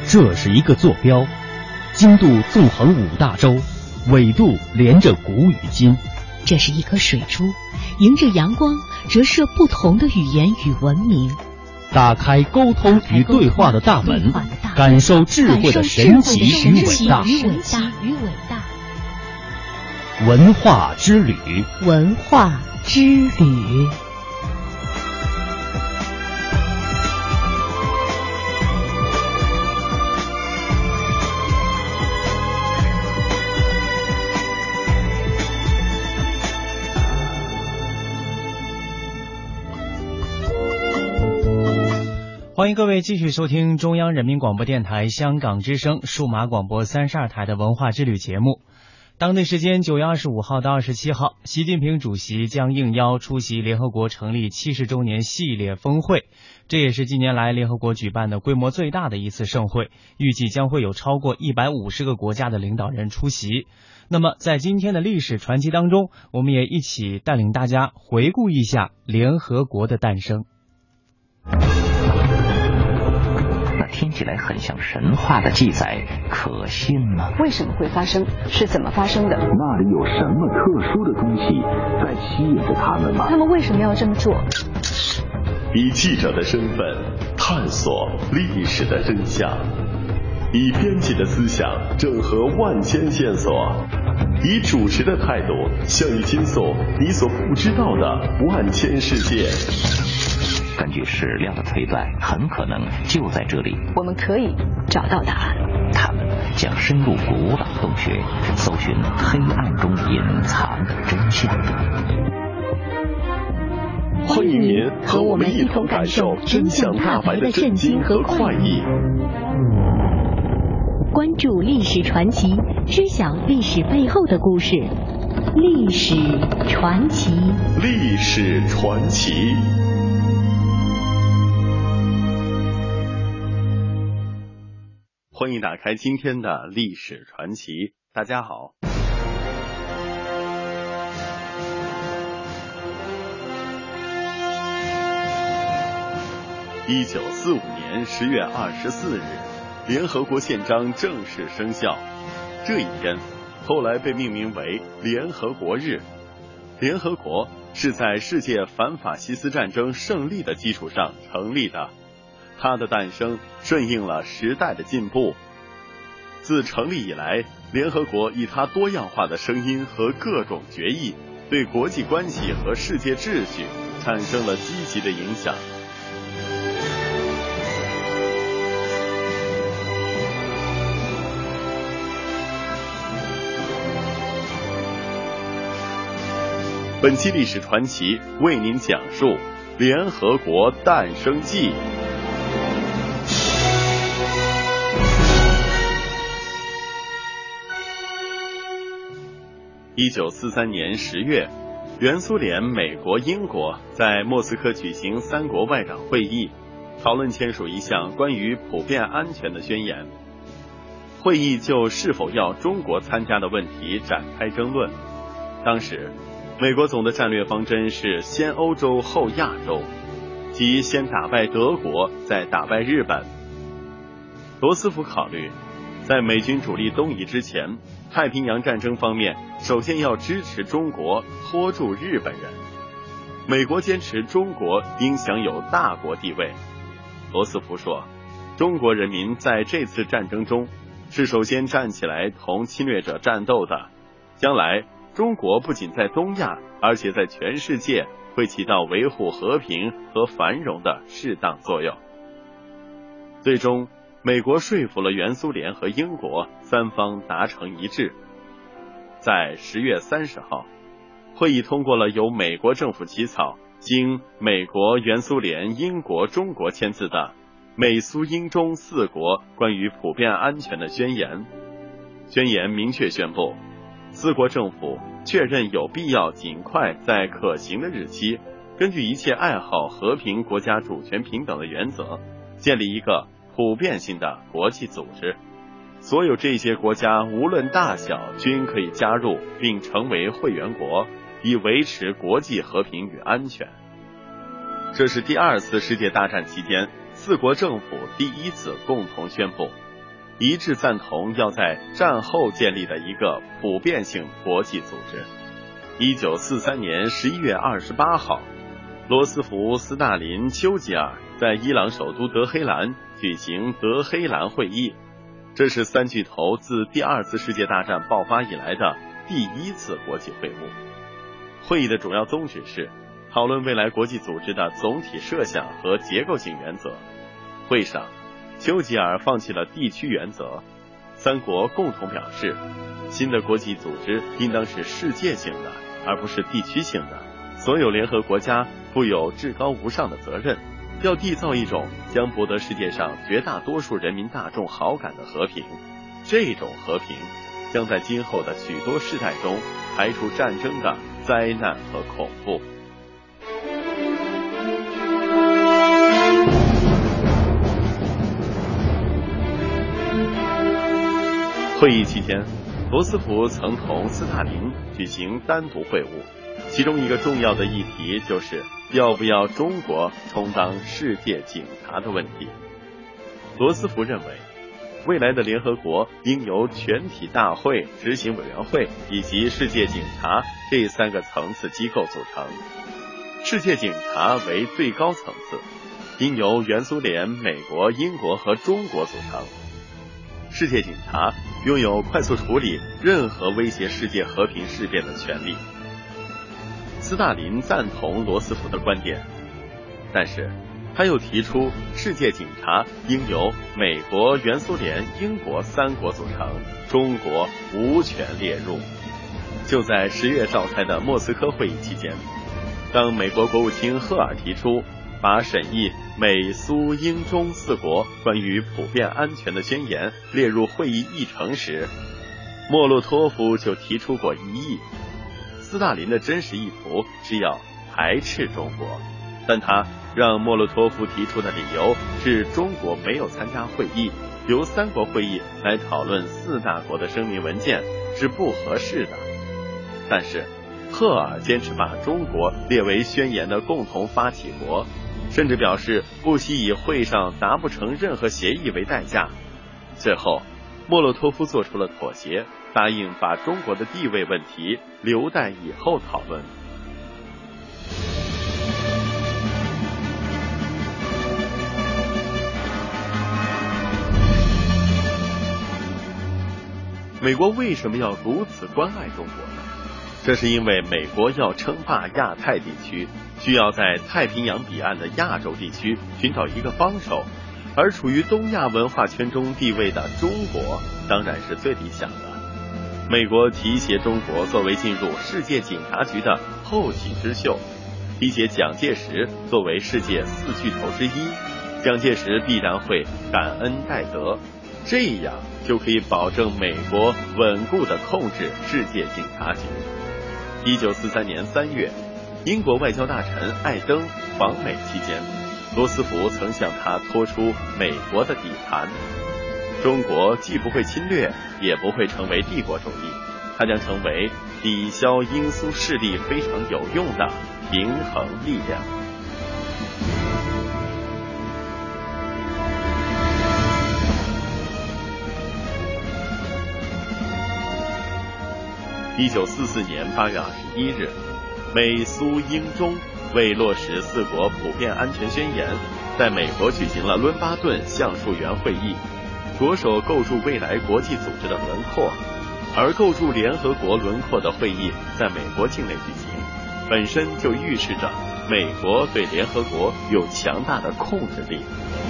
这是一个坐标，经度纵横5大洲，纬度连着古与今。 这是一颗水珠，迎着阳光折射不同的语言与文明。 打开沟通与对话的大门，感受智慧的神奇与伟大。文化之旅， 文化之旅。 欢迎各位继续收听中央人民广播电台香港之声数码广播32台的文化之旅节目。当地时间9月25号到27号，习近平主席将应邀出席联合国成立70周年系列峰会，这也是近年来联合国举办的规模最大的一次盛会，预计将会有超过150个国家的领导人出席。那么在今天的历史传奇当中，我们也一起带领大家回顾一下联合国的诞生。 听起来很像神话的记载，可信吗？ 为什么会发生？是怎么发生的？ 那里有什么特殊的东西在吸引着他们吗？ 他们为什么要这么做？ 以记者的身份探索历史的真相，以编辑的思想整合万千线索，以主持的态度向你倾诉你所不知道的万千世界。 根据史料的推断，很可能就在这里， 我们可以找到答案。 他们将深入古老洞穴，搜寻黑暗中隐藏的真相。 欢迎您和我们一同感受真相大白的震惊和快意。 关注历史传奇，知晓历史背后的故事。历史传奇， 历史传奇。欢迎打开今天的历史传奇。大家好。1945年10月24日，联合国宪章正式生效。这一天后来被命名为联合国日。联合国是在世界反法西斯战争胜利的基础上成立的，它的诞生顺应了时代的进步。自成立以来，联合国以它多样化的声音和各种决议，对国际关系和世界秩序产生了积极的影响。本期历史传奇为您讲述联合国诞生记。1943年10月，原苏联、美国、英国在莫斯科举行3国外长会议，讨论签署一项关于普遍安全的宣言。会议就是否要中国参加的问题展开争论。当时美国总的战略方针是先欧洲后亚洲，即先打败德国再打败日本。罗斯福考虑在美军主力东移之前，太平洋战争方面首先要支持中国拖住日本人。美国坚持中国应享有大国地位。罗斯福说，中国人民在这次战争中是首先站起来同侵略者战斗的，将来中国不仅在东亚，而且在全世界会起到维护和平和繁荣的适当作用。最终美国说服了原苏联和英国，三方达成一致。在10月30号，会议通过了由美国政府起草，经美国、原苏联、英国、中国签字的美苏英中4国关于普遍安全的宣言。宣言明确宣布，4国政府确认有必要尽快在可行的日期，根据一切爱好和平、国家主权平等的原则，建立一个普遍性的国际组织。所有这些国家无论大小均可以加入并成为会员国，以维持国际和平与安全。这是第2次世界大战期间4国政府第一次共同宣布一致赞同要在战后建立的一个普遍性国际组织。1943年11月28号，罗斯福、斯大林、丘吉尔在伊朗首都德黑兰举行德黑兰会议，这是三巨头自第二次世界大战爆发以来的第一次国际会晤。会议的主要宗旨是讨论未来国际组织的总体设想和结构性原则。会上，丘吉尔放弃了地区原则，三国共同表示，新的国际组织应当是世界性的，而不是地区性的。所有联合国家负有至高无上的责任，要缔造一种将博得世界上绝大多数人民大众好感的和平。这种和平将在今后的许多世代中排除战争的灾难和恐怖。会议期间，罗斯福曾同斯大林举行单独会晤，其中一个重要的议题就是要不要中国充当世界警察的问题。罗斯福认为，未来的联合国应由全体大会、执行委员会以及世界警察这三个层次机构组成。世界警察为最高层次，应由原苏联、美国、英国和中国组成。世界警察拥有快速处理任何威胁世界和平事变的权利。斯大林赞同罗斯福的观点，但是他又提出世界警察应由美国、原苏联、英国三国组成，中国无权列入。就在10月召开的莫斯科会议期间，当美国国务卿赫尔提出把审议美苏英中四国关于普遍安全的宣言列入会议议程时，莫洛托夫就提出过异议。斯大林的真实意图是要排斥中国，但他让莫洛托夫提出的理由是中国没有参加会议，由三国会议来讨论四大国的声明文件是不合适的。但是赫尔坚持把中国列为宣言的共同发起国，甚至表示不惜以会上达不成任何协议为代价。最后莫洛托夫做出了妥协，答应把中国的地位问题留待以后讨论。美国为什么要如此关爱中国呢？这是因为美国要称霸亚太地区，需要在太平洋彼岸的亚洲地区寻找一个帮手，而处于东亚文化圈中地位的中国当然是最理想的。美国提携中国作为进入世界警察局的后起之秀，提携蒋介石作为世界四巨头之一，蒋介石必然会感恩戴德，这样就可以保证美国稳固地控制世界警察局。1943年3月，英国外交大臣艾登访美期间，罗斯福曾向他托出美国的底盘：中国既不会侵略，也不会成为帝国主义，它将成为抵消英苏势力非常有用的平衡力量。1944年8月21日，美苏英中为落实四国普遍安全宣言，在美国举行了伦巴顿橡树园会议，着手构筑未来国际组织的轮廓。而构筑联合国轮廓的会议在美国境内举行，本身就预示着美国对联合国有强大的控制力。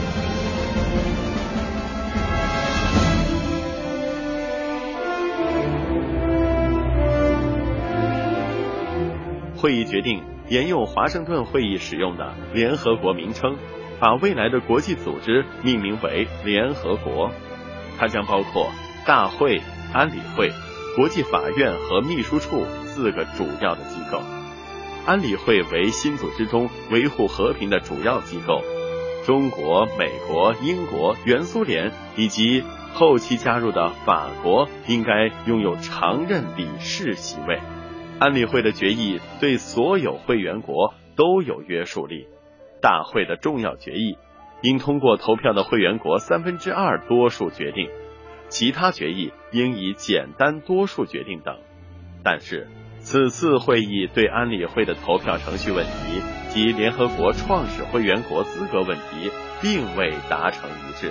会议决定沿用华盛顿会议使用的联合国名称，把未来的国际组织命名为联合国。它将包括大会、安理会、国际法院和秘书处4个主要的机构。安理会为新组织中维护和平的主要机构，中国、美国、英国、原苏联以及后期加入的法国应该拥有常任理事席位。安理会的决议对所有会员国都有约束力，大会的重要决议应通过投票的会员国2/3多数决定， 其他决议应以简单多数决定等。但是此次会议对安理会的投票程序问题及联合国创始会员国资格问题并未达成一致。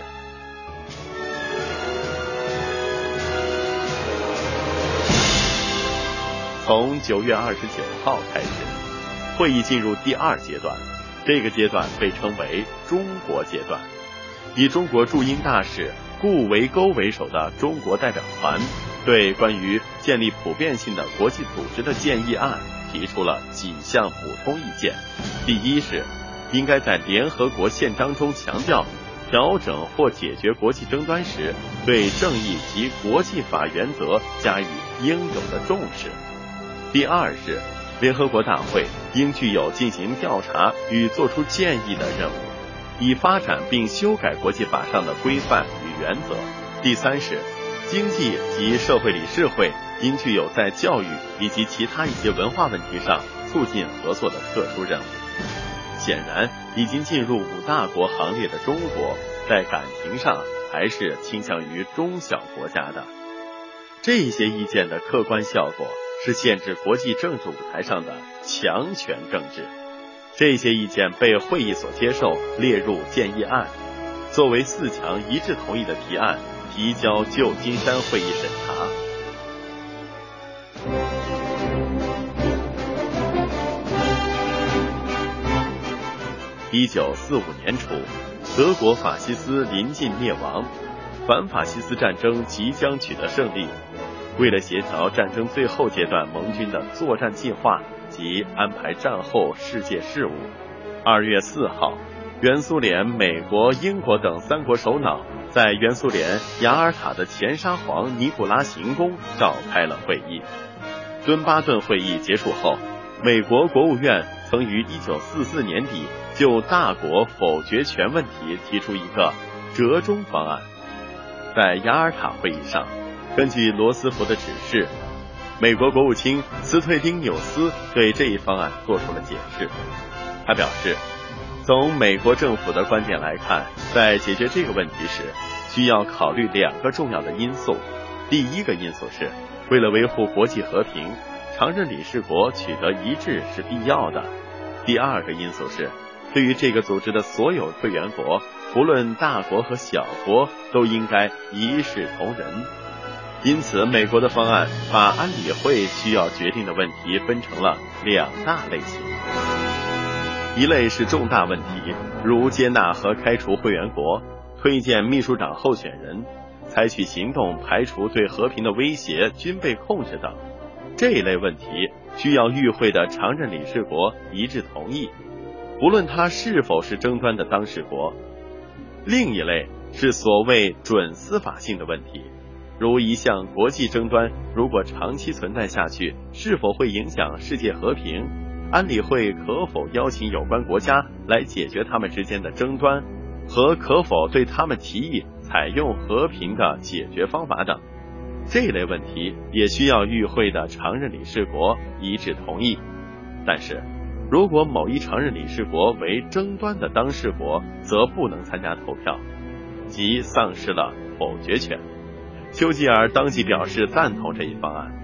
从9月29号开始，会议进入第二阶段，这个阶段被称为中国阶段。以中国驻英大使顾维沟为首的中国代表团对关于建立普遍性的国际组织的建议案提出了几项补充意见。第一是，应该在联合国宪章中强调调整或解决国际争端时，对正义及国际法原则加以应有的重视。第二是，联合国大会应具有进行调查与作出建议的任务，以发展并修改国际法上的规范与原则。第三是，经济及社会理事会应具有在教育以及其他一些文化问题上促进合作的特殊任务。显然，已经进入5大国行列的中国，在感情上还是倾向于中小国家的。这些意见的客观效果是限制国际政治舞台上的强权政治。这些意见被会议所接受，列入建议案，作为4强一致同意的提案，提交旧金山会议审查。1945年初，德国法西斯临近灭亡，反法西斯战争即将取得胜利。为了协调战争最后阶段盟军的作战计划及安排战后世界事务，2月4号，原苏联、美国、英国等3国首脑在原苏联雅尔塔的前沙皇尼古拉行宫召开了会议。敦巴顿会议结束后，美国国务院曾于1944年底就大国否决权问题提出一个折中方案。在雅尔塔会议上，根据罗斯福的指示，美国国务卿斯退丁纽斯对这一方案做出了解释。他表示，从美国政府的观点来看，在解决这个问题时，需要考虑2个重要的因素。第一个因素是，为了维护国际和平，常任理事国取得一致是必要的。第二个因素是，对于这个组织的所有会员国，无论大国和小国，都应该一视同仁。因此，美国的方案把安理会需要决定的问题分成了2大类型。一类是重大问题，如接纳和开除会员国、推荐秘书长候选人、采取行动排除对和平的威胁、军备控制等。这一类问题需要与会的常任理事国一致同意，无论他是否是争端的当事国。另一类是所谓准司法性的问题，如一项国际争端如果长期存在下去，是否会影响世界和平，安理会可否邀请有关国家来解决他们之间的争端，和可否对他们提议采用和平的解决方法等。这类问题也需要与会的常任理事国一致同意。但是如果某一常任理事国为争端的当事国，则不能参加投票，即丧失了否决权。丘吉尔当即表示赞同这一方案。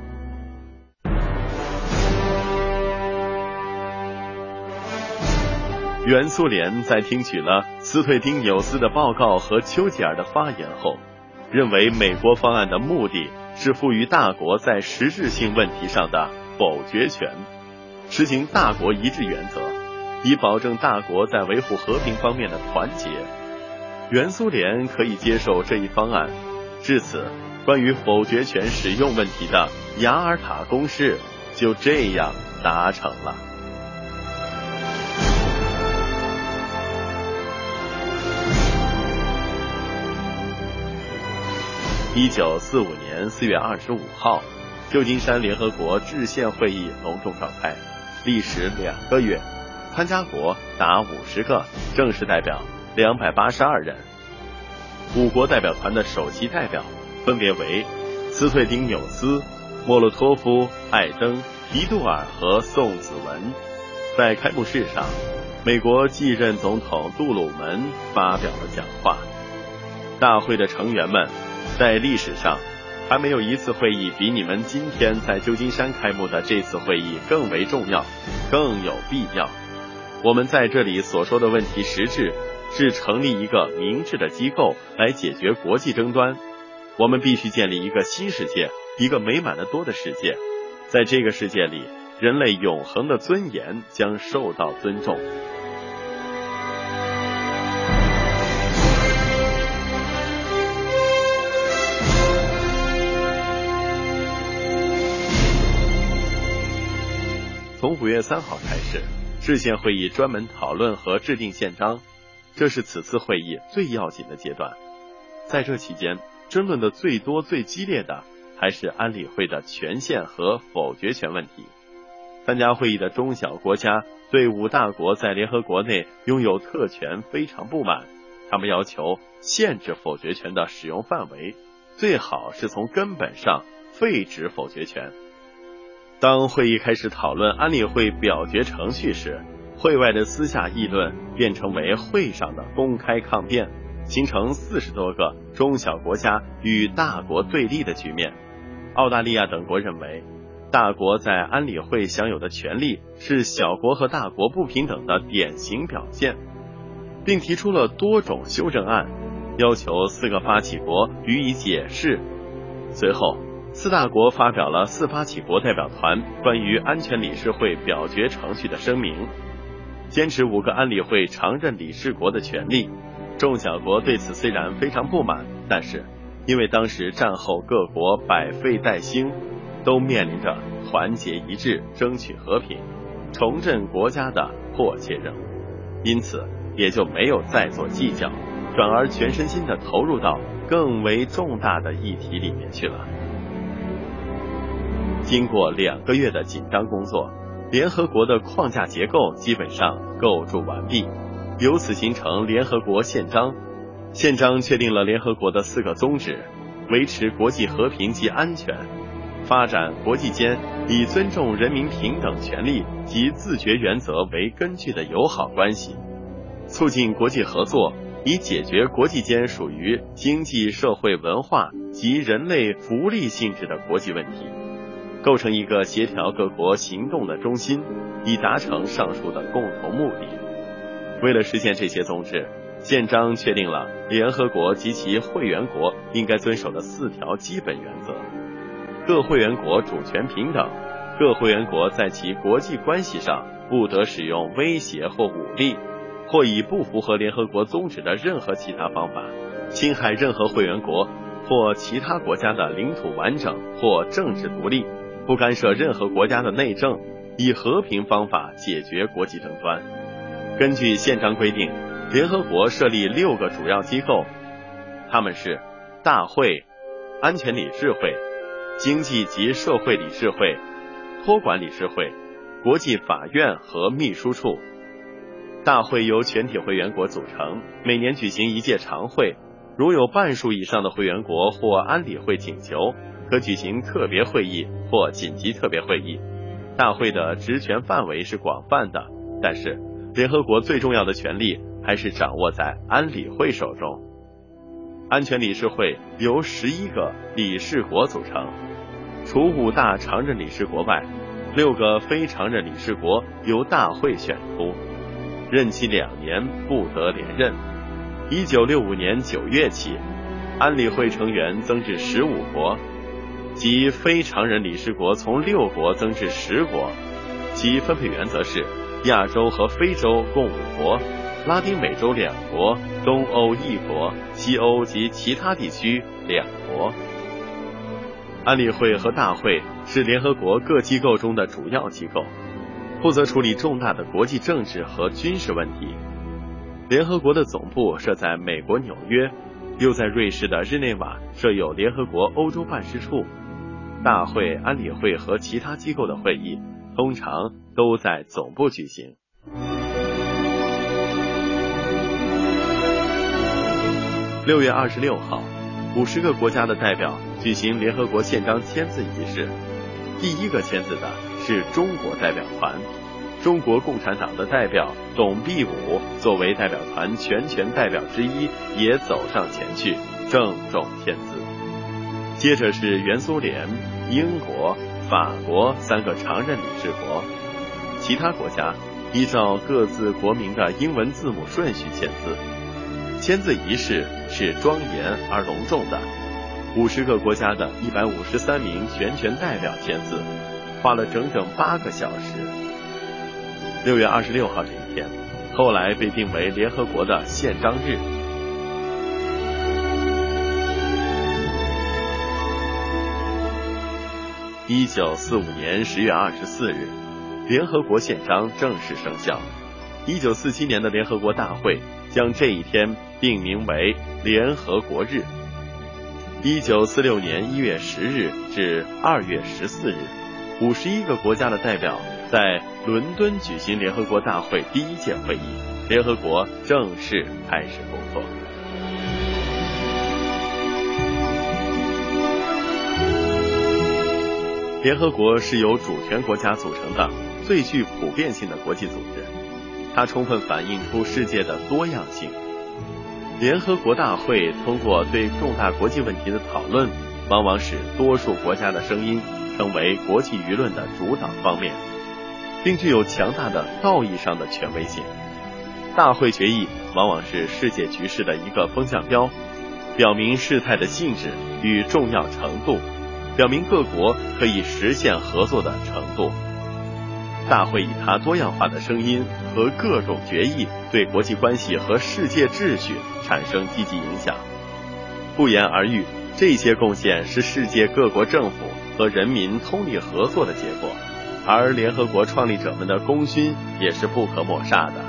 原苏联在听取了斯退丁纽斯的报告和丘吉尔的发言后，认为美国方案的目的是赋予大国在实质性问题上的否决权，实行大国一致原则，以保证大国在维护和平方面的团结。原苏联可以接受这一方案，至此，关于否决权使用问题的雅尔塔公式就这样达成了。1945年4月25号，旧金山联合国制宪会议隆重召开，历时2个月，参加国达50个，正式代表282人。5国代表团的首席代表分别为斯退丁纽斯、莫洛托夫、艾登、皮杜尔和宋子文。在开幕式上，美国继任总统杜鲁门发表了讲话。大会的成员们在历史上，还没有一次会议比你们今天在旧金山开幕的这次会议更为重要，更有必要。我们在这里所说的问题实质是成立一个明智的机构来解决国际争端。我们必须建立一个新世界，一个美满的多的世界。在这个世界里，人类永恒的尊严将受到尊重。从5月3号开始，制宪会议专门讨论和制定宪章，这是此次会议最要紧的阶段。在这期间，争论的最多最激烈的还是安理会的权限和否决权问题。参加会议的中小国家对5大国在联合国内拥有特权非常不满，他们要求限制否决权的使用范围，最好是从根本上废止否决权。当会议开始讨论安理会表决程序时，会外的私下议论变成为会上的公开抗辩，形成40多个中小国家与大国对立的局面。澳大利亚等国认为，大国在安理会享有的权利是小国和大国不平等的典型表现，并提出了多种修正案，要求4个发起国予以解释。随后4大国发表了4发起国代表团关于安全理事会表决程序的声明，坚持5个安理会常任理事国的权利。众小国对此虽然非常不满，但是因为当时战后各国百废待兴，都面临着团结一致争取和平重振国家的迫切任务，因此也就没有再做计较，转而全身心地投入到更为重大的议题里面去了。经过2个月的紧张工作，联合国的框架结构基本上构筑完毕，由此形成联合国宪章。宪章确定了联合国的4个宗旨：维持国际和平及安全，发展国际间以尊重人民平等权利及自决原则为根据的友好关系，促进国际合作，以解决国际间属于经济、社会、文化及人类福利性质的国际问题，构成一个协调各国行动的中心，以达成上述的共同目的。为了实现这些宗旨，宪章确定了联合国及其会员国应该遵守的4条基本原则：各会员国主权平等，各会员国在其国际关系上不得使用威胁或武力，或以不符合联合国宗旨的任何其他方法侵害任何会员国或其他国家的领土完整或政治独立，不干涉任何国家的内政，以和平方法解决国际争端。根据宪章规定，联合国设立6个主要机构，它们是大会、安全理事会、经济及社会理事会、托管理事会、国际法院和秘书处。大会由全体会员国组成，每年举行1届常会，如有半数以上的会员国或安理会请求，可举行特别会议或紧急特别会议。大会的职权范围是广泛的，但是联合国最重要的权力还是掌握在安理会手中。安全理事会由11个理事国组成，除5大常任理事国外，6个非常任理事国由大会选出，任期2年，不得连任。1965年9月起，安理会成员增至15国，即非常任理事国从6国增至10国，其分配原则是亚洲和非洲共5国，拉丁美洲2国，东欧1国，西欧及其他地区2国。安理会和大会是联合国各机构中的主要机构，负责处理重大的国际政治和军事问题。联合国的总部设在美国纽约，又在瑞士的日内瓦设有联合国欧洲办事处。大会、安理会和其他机构的会议通常都在总部举行。6月26号，50个国家的代表举行联合国宪章签字仪式。第1个签字的是中国代表团，中国共产党的代表董必武作为代表团全权代表之一，也走上前去郑重签字。 接着是原苏联、英国、法国3个常任理事国，其他国家依照各自国民的英文字母顺序签字。签字仪式是庄严而隆重的，50个国家的153名全权代表签字，花了整整8个小时。6月26号这一天，后来被定为联合国的宪章日。1945年10月24日，联合国宪章正式生效。1947年的联合国大会将这一天定名为联合国日。1946年1月10日至2月14日，51个国家的代表在伦敦举行联合国大会第1届会议，联合国正式开始工作。联合国是由主权国家组成的最具普遍性的国际组织，它充分反映出世界的多样性。联合国大会通过对重大国际问题的讨论，往往使多数国家的声音成为国际舆论的主导方面，并具有强大的道义上的权威性。大会决议往往是世界局势的一个风向标，表明事态的性质与重要程度，表明各国可以实现合作的程度。大会以它多样化的声音和各种决议对国际关系和世界秩序产生积极影响。不言而喻，这些贡献是世界各国政府和人民通力合作的结果，而联合国创立者们的功勋也是不可抹煞的。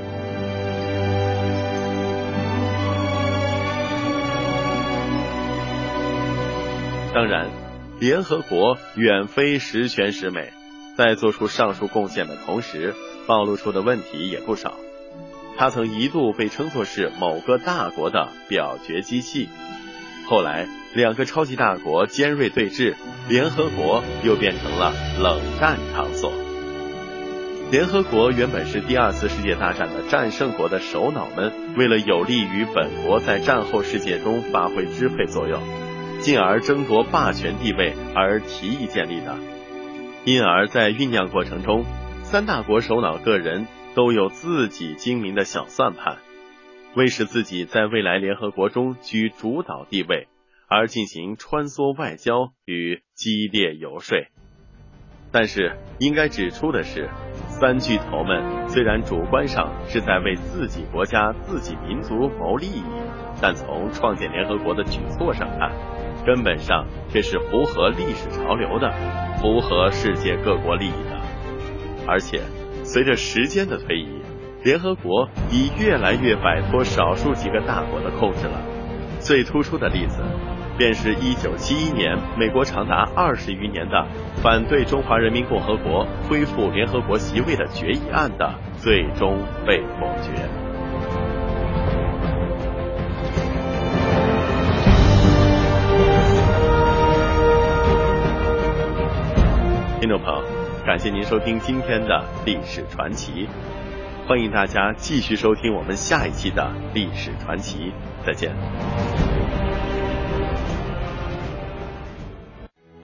当然，联合国远非十全十美，在做出上述贡献的同时，暴露出的问题也不少。它曾一度被称作是某个大国的表决机器，后来2个超级大国尖锐对峙，联合国又变成了冷战场所。联合国原本是第2次世界大战的战胜国的首脑们为了有利于本国在战后世界中发挥支配作用，进而争夺霸权地位而提议建立的。因而在酝酿过程中，3大国首脑个人都有自己精明的小算盘，为使自己在未来联合国中居主导地位而进行穿梭外交与激烈游说。但是应该指出的是，3巨头们虽然主观上是在为自己国家自己民族谋利益，但从创建联合国的举措上看，根本上却是符合历史潮流的，符合世界各国利益的。而且随着时间的推移，联合国已越来越摆脱少数几个大国的控制了。最突出的例子便是1971年美国长达20余年的反对中华人民共和国恢复联合国席位的决议案的最终被否决。听众朋友，感谢您收听今天的历史传奇，欢迎大家继续收听我们下一期的历史传奇，再见。